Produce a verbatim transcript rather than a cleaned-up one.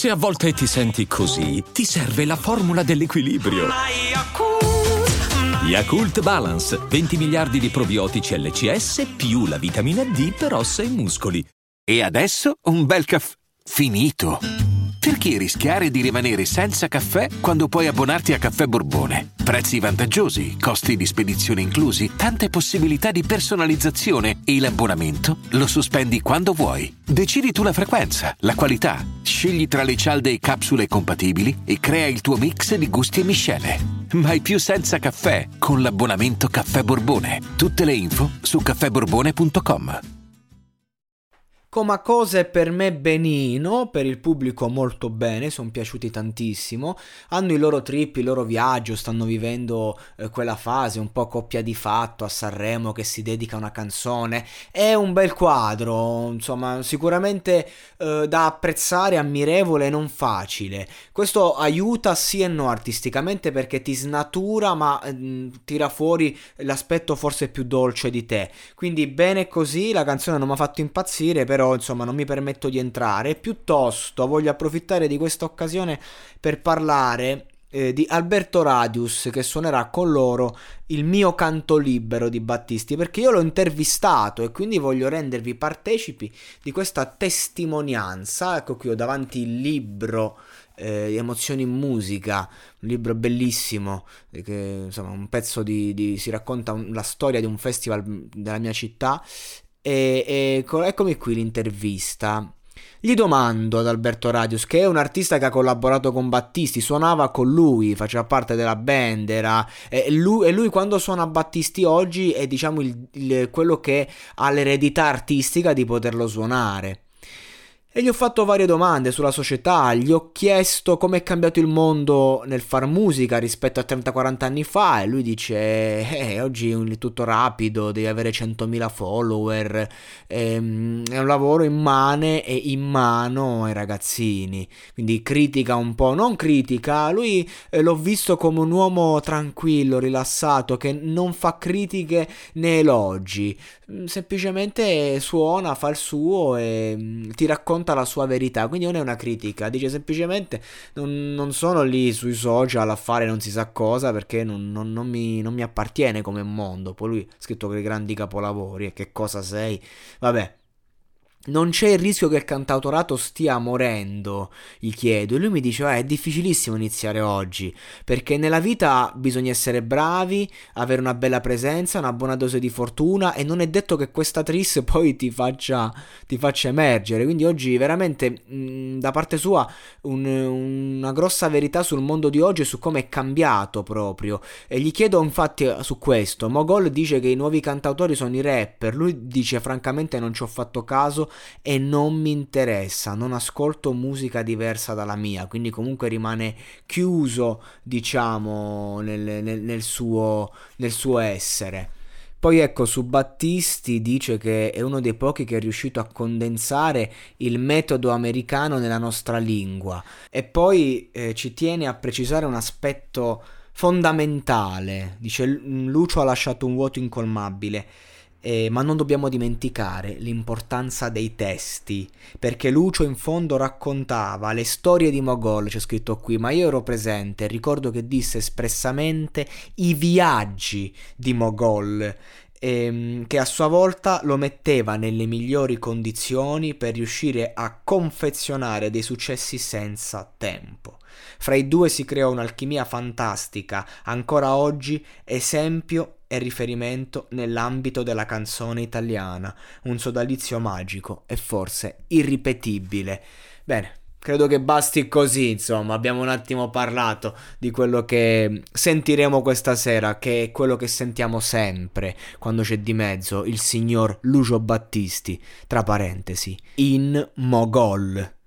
Se a volte ti senti così, ti serve la formula dell'equilibrio. Yakult Balance, venti miliardi di probiotici L C S più la vitamina D per ossa e muscoli. E adesso un bel caffè finito. Perché rischiare di rimanere senza caffè quando puoi abbonarti a Caffè Borbone? Prezzi vantaggiosi, costi di spedizione inclusi, tante possibilità di personalizzazione e l'abbonamento lo sospendi quando vuoi. Decidi tu la frequenza, la qualità, scegli tra le cialde e capsule compatibili e crea il tuo mix di gusti e miscele. Mai più senza caffè con l'abbonamento Caffè Borbone. Tutte le info su caffè borbone punto com. Come cose per me benino, per il pubblico molto bene, sono piaciuti tantissimo, hanno i loro trip, il loro viaggio, stanno vivendo eh, quella fase un po' coppia di fatto a Sanremo che si dedica a una canzone, è un bel quadro, insomma sicuramente eh, da apprezzare, ammirevole e non facile. Questo aiuta sì e no artisticamente perché ti snatura ma eh, tira fuori l'aspetto forse più dolce di te, quindi bene così, la canzone non mi ha fatto impazzire, però insomma non mi permetto di entrare, piuttosto voglio approfittare di questa occasione per parlare eh, di Alberto Radius che suonerà con loro il mio canto libero di Battisti, perché io l'ho intervistato e quindi voglio rendervi partecipi di questa testimonianza. Ecco qui ho davanti il libro eh, Emozioni in musica, un libro bellissimo che insomma un pezzo di, di si racconta un, la storia di un festival della mia città. E, e eccomi qui l'intervista. Gli domando ad Alberto Radius, che è un artista che ha collaborato con Battisti, suonava con lui, faceva parte della band, era, e, lui, e lui quando suona Battisti oggi è diciamo il, il, quello che ha l'eredità artistica di poterlo suonare. E gli ho fatto varie domande sulla società, gli ho chiesto come è cambiato il mondo nel far musica rispetto a trenta quaranta anni fa e lui dice eh, oggi è tutto rapido, devi avere centomila follower, ehm, è un lavoro immane e in mano ai ragazzini, quindi critica un po', non critica, lui eh, l'ho visto come un uomo tranquillo, rilassato, che non fa critiche né elogi, semplicemente suona, fa il suo e mh, ti racconta la sua verità, quindi non è una critica, dice semplicemente non, non sono lì sui social a fare non si sa cosa perché non, non, non, mi, non mi appartiene come mondo. Poi lui ha scritto quei grandi capolavori e che cosa sei, vabbè. Non c'è il rischio che il cantautorato stia morendo, gli chiedo, e lui mi dice ah, è difficilissimo iniziare oggi, perché nella vita bisogna essere bravi, avere una bella presenza, una buona dose di fortuna e non è detto che questa tris poi ti faccia, ti faccia emergere, quindi oggi veramente mh, da parte sua un, una grossa verità sul mondo di oggi e su come è cambiato proprio. E gli chiedo infatti su questo, Mogol dice che i nuovi cantautori sono i rapper, lui dice francamente non ci ho fatto caso e non mi interessa, non ascolto musica diversa dalla mia, quindi comunque rimane chiuso diciamo nel, nel, nel, suo, nel suo essere. Poi ecco, su Battisti dice che è uno dei pochi che è riuscito a condensare il metodo americano nella nostra lingua e poi eh, ci tiene a precisare un aspetto fondamentale, dice Lucio ha lasciato un vuoto incolmabile. Eh, ma non dobbiamo dimenticare l'importanza dei testi, perché Lucio in fondo raccontava le storie di Mogol, c'è scritto qui, ma io ero presente, ricordo che disse espressamente i viaggi di Mogol, ehm, che a sua volta lo metteva nelle migliori condizioni per riuscire a confezionare dei successi senza tempo. Fra i due si creò un'alchimia fantastica, ancora oggi esempio e riferimento nell'ambito della canzone italiana, un sodalizio magico e forse irripetibile. Bene, credo che basti così, insomma, abbiamo un attimo parlato di quello che sentiremo questa sera, che è quello che sentiamo sempre quando c'è di mezzo il signor Lucio Battisti, tra parentesi, in Mogol.